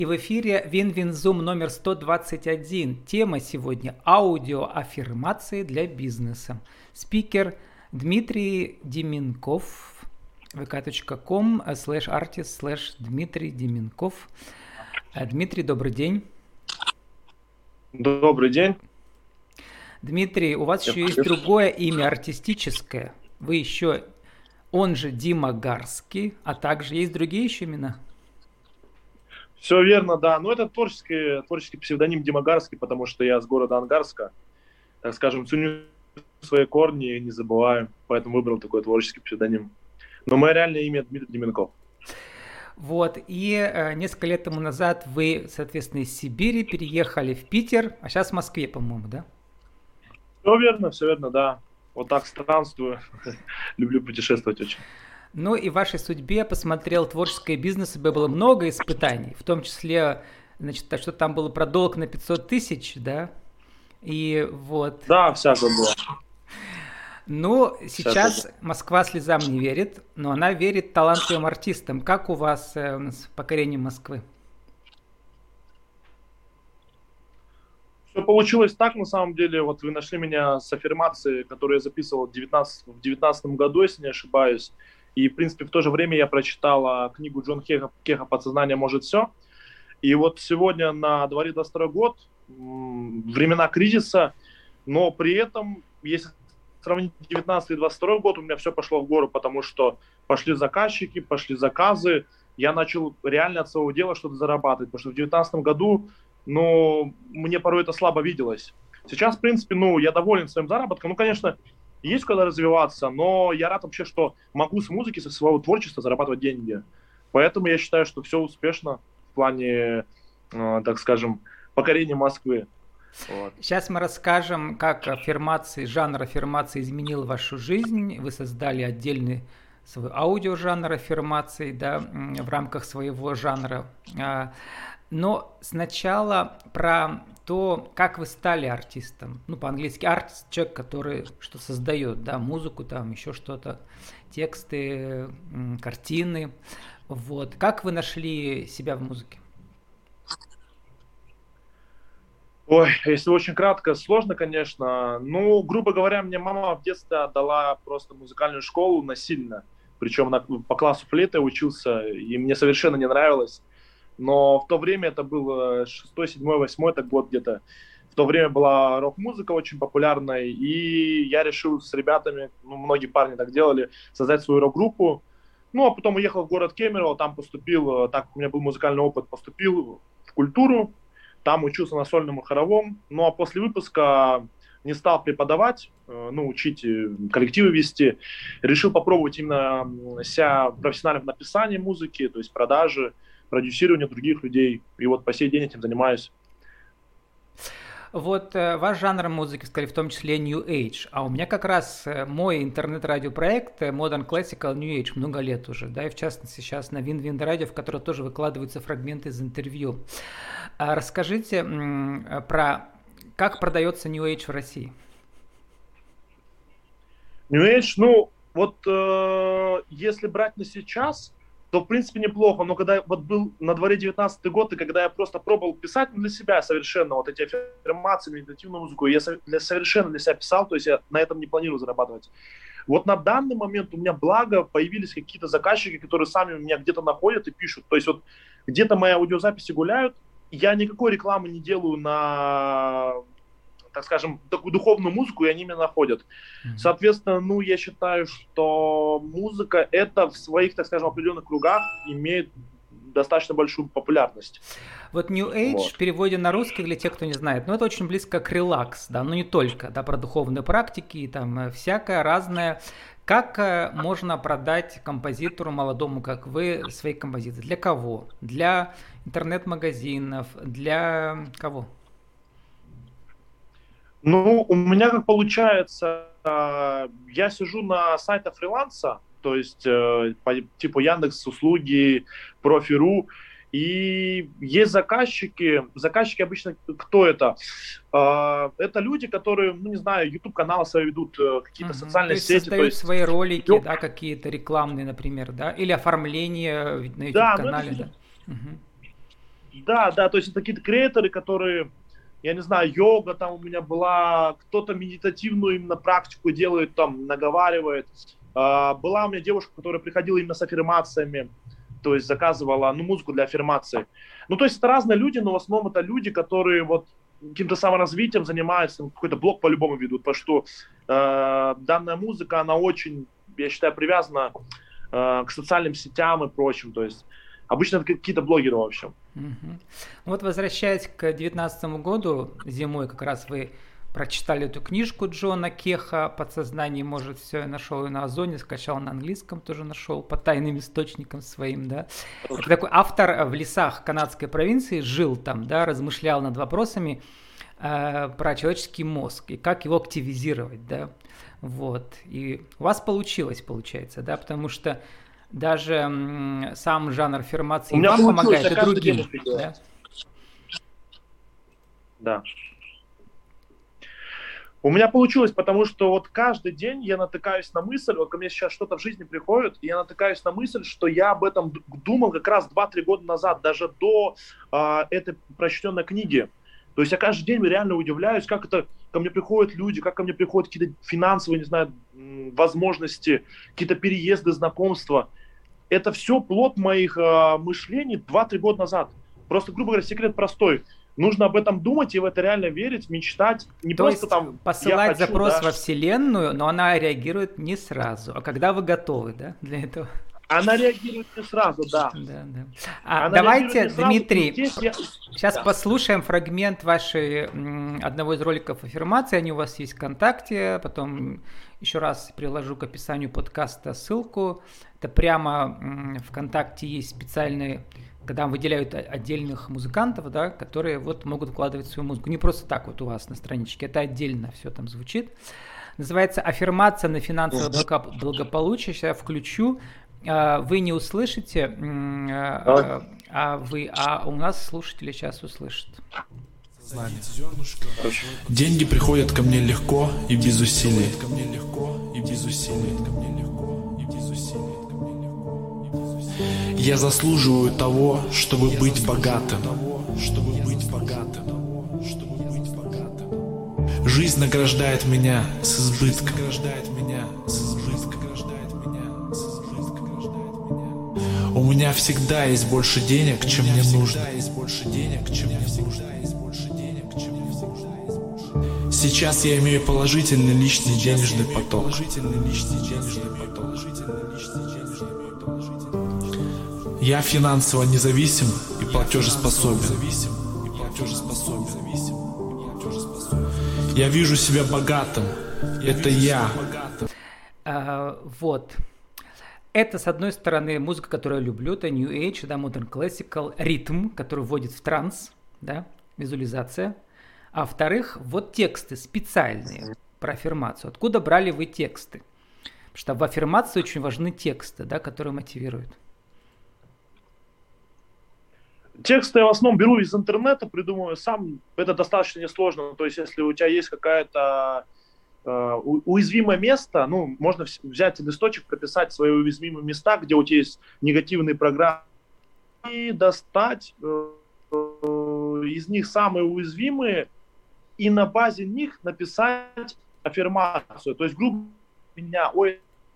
И в эфире Винвинзум номер 121. Тема сегодня – аудиоаффирмации для бизнеса. Спикер Дмитрий Деменков, vk.com/artist/Дмитрий Деменков. Дмитрий, добрый день. Добрый день. Дмитрий, у вас еще есть другое имя артистическое. Вы еще, он же Дима Гарский, а также есть другие еще имена? Все верно, да. Но это творческий псевдоним Дима Гарский, потому что я с города Ангарска. Так скажем, ценю свои корни и не забываю, поэтому выбрал такой творческий псевдоним. Но мое реальное имя Дмитрий Деменков. Вот, и несколько лет тому назад вы, соответственно, из Сибири переехали в Питер, а сейчас в Москве, по-моему, да? Все верно, да. Вот так странствую. Люблю путешествовать очень. Ну и в вашей судьбе я посмотрел творческое бизнес, было много испытаний, в том числе, значит, что там было про долг на 500 тысяч, да? И вот. Да, всякое было. Ну, сейчас Москва слезам не верит, но она верит талантливым артистам. Как у вас с покорением Москвы? Все получилось так, на самом деле. Вот вы нашли меня с аффирмацией, которую я записывал в 2019 году, если не ошибаюсь. И, в принципе, в то же время я прочитал книгу Джона Кеха «Подсознание может все». И вот сегодня на дворе 22 год, времена кризиса, но при этом, если сравнить 19 и 22 год, у меня все пошло в гору, потому что пошли заказчики, пошли заказы, я начал реально от своего дела что-то зарабатывать, потому что в 2019 году, мне порой это слабо виделось. Сейчас, в принципе, я доволен своим заработком. Конечно, есть куда развиваться, но я рад вообще, что могу с музыки, со своего творчества зарабатывать деньги. Поэтому я считаю, что все успешно в плане, так скажем, покорения Москвы. Вот. Сейчас мы расскажем, как жанр аффирмации изменил вашу жизнь. Вы создали отдельный свой аудиожанр аффирмаций, да, в рамках своего жанра. Но сначала про то, как вы стали артистом. По-английски артист, человек, который что создает, да, музыку, там еще что-то, тексты, картины. Вот. Как вы нашли себя в музыке? Ой, если очень кратко, сложно, конечно. Грубо говоря, мне мама в детстве отдала просто музыкальную школу насильно. Причем по классу флейты я учился, и мне совершенно не нравилось. Но в то время, это был 6, 7, 8 год где-то, в то время была рок-музыка очень популярной, и я решил с ребятами, многие парни так делали, создать свою рок-группу. А потом уехал в город Кемерово, там поступил, так как у меня был музыкальный опыт, поступил в культуру, там учился на сольном и хоровом. А после выпуска не стал преподавать, учить коллективы вести. Решил попробовать именно себя профессионально в написании музыки, то есть продажи, продюсирование других людей. И вот по сей день этим занимаюсь. Вот ваш жанр музыки, сказали, в том числе New Age. А у меня как раз мой интернет-радиопроект Modern Classical New Age много лет уже, да, и в частности сейчас на Win-Win Radio, в котором тоже выкладываются фрагменты из интервью. Расскажите про как продается New Age в России. New Age, если брать на сейчас, то, в принципе, неплохо. Но когда вот был на дворе 19-й год, и когда я просто пробовал писать для себя совершенно вот эти аффирмации, медитативную музыку, я совершенно для себя писал, то есть я на этом не планирую зарабатывать. Вот на данный момент у меня, благо, появились какие-то заказчики, которые сами меня где-то находят и пишут. То есть вот где-то мои аудиозаписи гуляют, я никакой рекламы не делаю на, так скажем, такую духовную музыку, и они меня находят. Соответственно, я считаю, что музыка это в своих, так скажем, определенных кругах имеет достаточно большую популярность. Вот New Age в переводе на русский, для тех, кто не знает, это очень близко к релакс, да, но не только, да, про духовные практики и там всякое разное. Как можно продать композитору молодому, как вы, свои композиции? Для кого? Для интернет-магазинов? Для кого? У меня как получается, я сижу на сайтах фриланса, то есть типа Яндекс.Услуги, Профи.ру, и есть заказчики обычно кто это? Это люди, которые, не знаю, YouTube-каналы свои ведут, какие-то социальные сети. То есть свои ролики, да, какие-то рекламные, например, да, или оформление на YouTube-канале, да. Да, да, то есть это какие-то креаторы, которые, я не знаю, йога там у меня была, кто-то медитативную именно практику делает, там, наговаривает. Была у меня девушка, которая приходила именно с аффирмациями, то есть заказывала, ну, музыку для аффирмации. Ну, то есть это разные люди, но в основном это люди, которые вот каким-то саморазвитием занимаются, какой-то блог по-любому ведут, потому что данная музыка, она очень, я считаю, привязана к социальным сетям и прочим, то есть обычно это какие-то блогеры, в общем. Угу. Вот возвращаясь к 2019 году, зимой как раз вы прочитали эту книжку Джона Кеха «Подсознание может все». Я нашел ее на Озоне, скачал на английском, тоже нашел по тайным источникам своим, да. Это такой автор в лесах канадской провинции, жил там, да, размышлял над вопросами про человеческий мозг и как его активизировать, да. Вот. И у вас получилось, получается, да, потому что даже сам жанр аффирмации вам помогает, и другим. Да? Да. У меня получилось, потому что вот каждый день я натыкаюсь на мысль, вот ко мне сейчас что-то в жизни приходит, и я натыкаюсь на мысль, что я об этом думал как раз 2-3 года назад, даже до этой прочтенной книги. То есть я каждый день реально удивляюсь, как это ко мне приходят люди, как ко мне приходят какие-то финансовые, не знаю, возможности, какие-то переезды, знакомства. Это все плод моих мышлений 2-3 года назад. Просто, грубо говоря, секрет простой. Нужно об этом думать и в это реально верить, мечтать. Не То просто есть там посылать запрос во Вселенную, но она реагирует не сразу. А когда вы готовы, да, для этого? Она реагирует не сразу, да. Давайте, Дмитрий, сейчас послушаем фрагмент вашей одного из роликов аффирмации. Они у вас есть в ВКонтакте. Потом еще раз приложу к описанию подкаста ссылку. Это прямо в ВКонтакте есть специальные, когда выделяют отдельных музыкантов, да, которые вот могут вкладывать свою музыку. Не просто так вот у вас на страничке, это отдельно все там звучит. Называется «Аффирмация на финансовое благополучие». Сейчас я включу. Вы не услышите, а у нас слушатели сейчас услышат. Деньги приходят ко мне легко и без усилий. Я заслуживаю того, чтобы быть богатым. Жизнь награждает меня с избытком. У меня всегда есть больше денег, чем мне нужно. Сейчас я имею положительный личный денежный поток. Я финансово независим и платежеспособен. Я вижу себя богатым. Это я. Вот. Это, с одной стороны, музыка, которую я люблю, это New Age, да, Modern Classical, ритм, который вводит в транс, да, визуализация. А во-вторых, вот тексты специальные про аффирмацию. Откуда брали вы тексты? Потому что в аффирмации очень важны тексты, да, которые мотивируют. Тексты я в основном беру из интернета, придумываю сам. Это достаточно несложно. То есть, если у тебя есть какая-то уязвимое место, ну, можно взять листочек, прописать свои уязвимые места, где у тебя есть негативные программы, и достать из них самые уязвимые, и на базе них написать аффирмацию. То есть, грубо говоря, ой,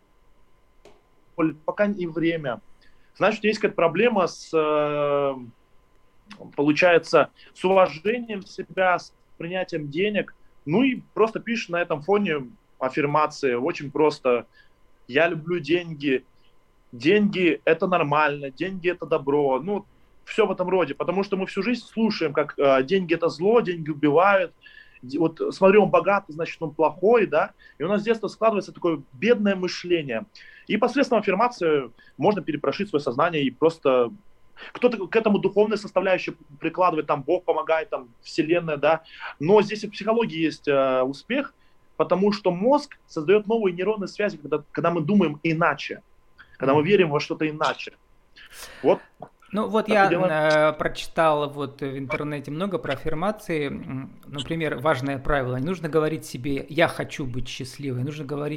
пока не время. Значит, есть какая-то проблема с, получается, с уважением себя, с принятием денег. Ну и просто пишешь на этом фоне аффирмации. Очень просто. Я люблю деньги. Деньги – это нормально. Деньги – это добро. Ну, все в этом роде. Потому что мы всю жизнь слушаем, как деньги – это зло, деньги убивают. Вот смотри, он богатый, значит, он плохой, да? И у нас с детства складывается такое бедное мышление. И посредством аффирмации можно перепрошить свое сознание и просто... Кто-то к этому духовной составляющей прикладывает, там Бог помогает, там Вселенная, да. Но здесь и в психологии есть успех, потому что мозг создает новые нейронные связи, когда мы думаем иначе, когда мы верим во что-то иначе. Вот. Ну вот я прочитал вот в интернете много про аффирмации. Например, важное правило. Не нужно говорить себе «я хочу быть счастливой», нужно говорить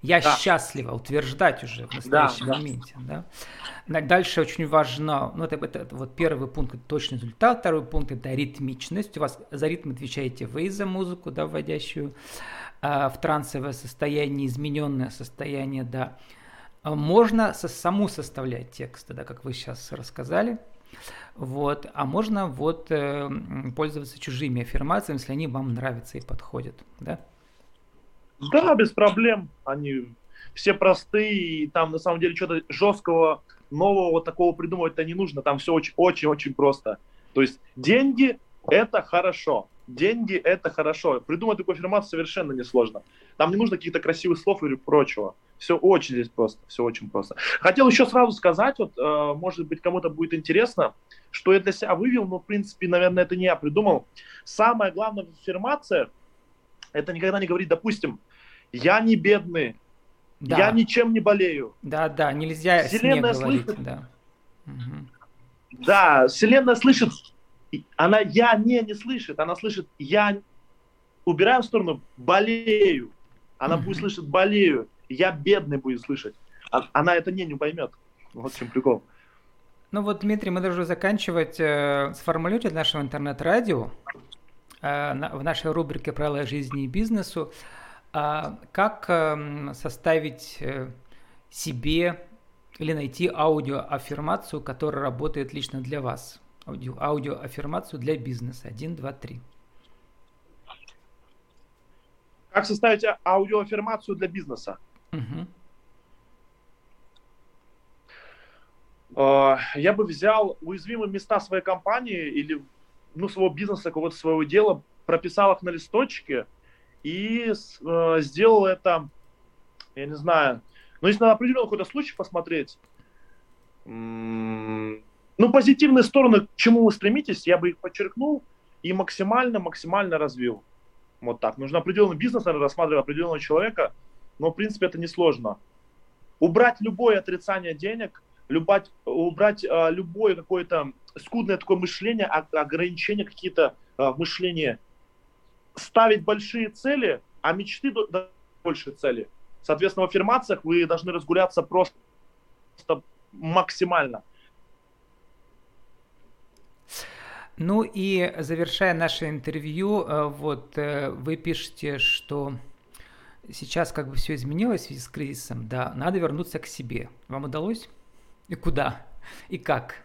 Я Да, счастлива, утверждать уже в да, настоящем да. моменте. Да? Дальше очень важно, ну это вот первый пункт, это точный результат, второй пункт это ритмичность. У вас за ритм отвечаете вы, за музыку, да, вводящую в трансовое состояние, измененное состояние, да. Можно саму составлять тексты, да, как вы сейчас рассказали. Вот. А можно вот пользоваться чужими аффирмациями, если они вам нравятся и подходят. Да? Да, без проблем. Они все простые, и там на самом деле что-то жесткого, нового вот такого придумывать-то не нужно. Там все очень-очень просто. То есть деньги– это хорошо. Деньги– это хорошо. Придумать такую аффирмацию совершенно несложно. Там не нужно каких-то красивых слов или прочего. Все очень здесь просто. Все очень просто. Хотел еще сразу сказать, вот, может быть, кому-то будет интересно, что я для себя вывел, но, в принципе, наверное, это не я придумал. Самое главное в аффирмациях– это никогда не говорить, допустим, я не бедный, я Да, ничем не болею. да, нельзя «сне» Вселенная говорить, слышит, да. Мгм. да, Вселенная слышит, она я не слышит, она слышит, я убираем в сторону, болею. Она будет Мгм. слышать, болею, я бедный будет слышать. Она это не поймет. Вот в чем прикол. Ну вот, Дмитрий, мы должны заканчивать. Сформулируйте нашего интернет-радио в нашей рубрике «Правила жизни и бизнесу». Как составить себе или найти аудиоаффирмацию, которая работает лично для вас? Аудиоаффирмацию для бизнеса. 1, 2, 3. Как составить аудиоаффирмацию для бизнеса? Угу. Я бы взял уязвимые места своей компании или своего бизнеса, какого-то своего дела, прописал их на листочке и сделал это, я не знаю, если на определенный какой-то случай посмотреть, позитивные стороны, к чему вы стремитесь, я бы их подчеркнул и максимально развил. Вот так. Нужно определенный бизнес, наверное, рассматривать определенного человека, но, в принципе, это несложно. Убрать любое отрицание денег, убрать любое какое-то скудное такое мышление, ограничения какие-то в мышлении, ставить большие цели, а мечты до большей цели. Соответственно, в аффирмациях вы должны разгуляться просто максимально. Ну и завершая наше интервью, вот вы пишете, что сейчас как бы все изменилось в связи с кризисом, да, надо вернуться к себе. Вам удалось? И куда? И как?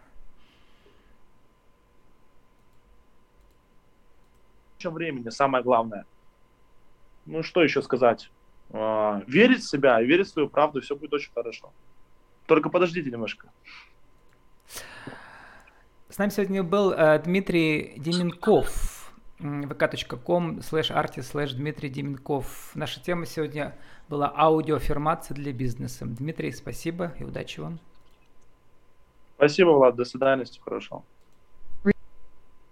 Времени самое главное. Что еще сказать? Верить в себя, верить в свою правду, все будет очень хорошо. Только подождите немножко. С нами сегодня был Дмитрий Деменков, vk.com/artist/Дмитрий Деменков. Наша тема сегодня была аудиоаффирмация для бизнеса. Дмитрий, спасибо и удачи вам. Спасибо, Влад, до свидания, всего хорошего.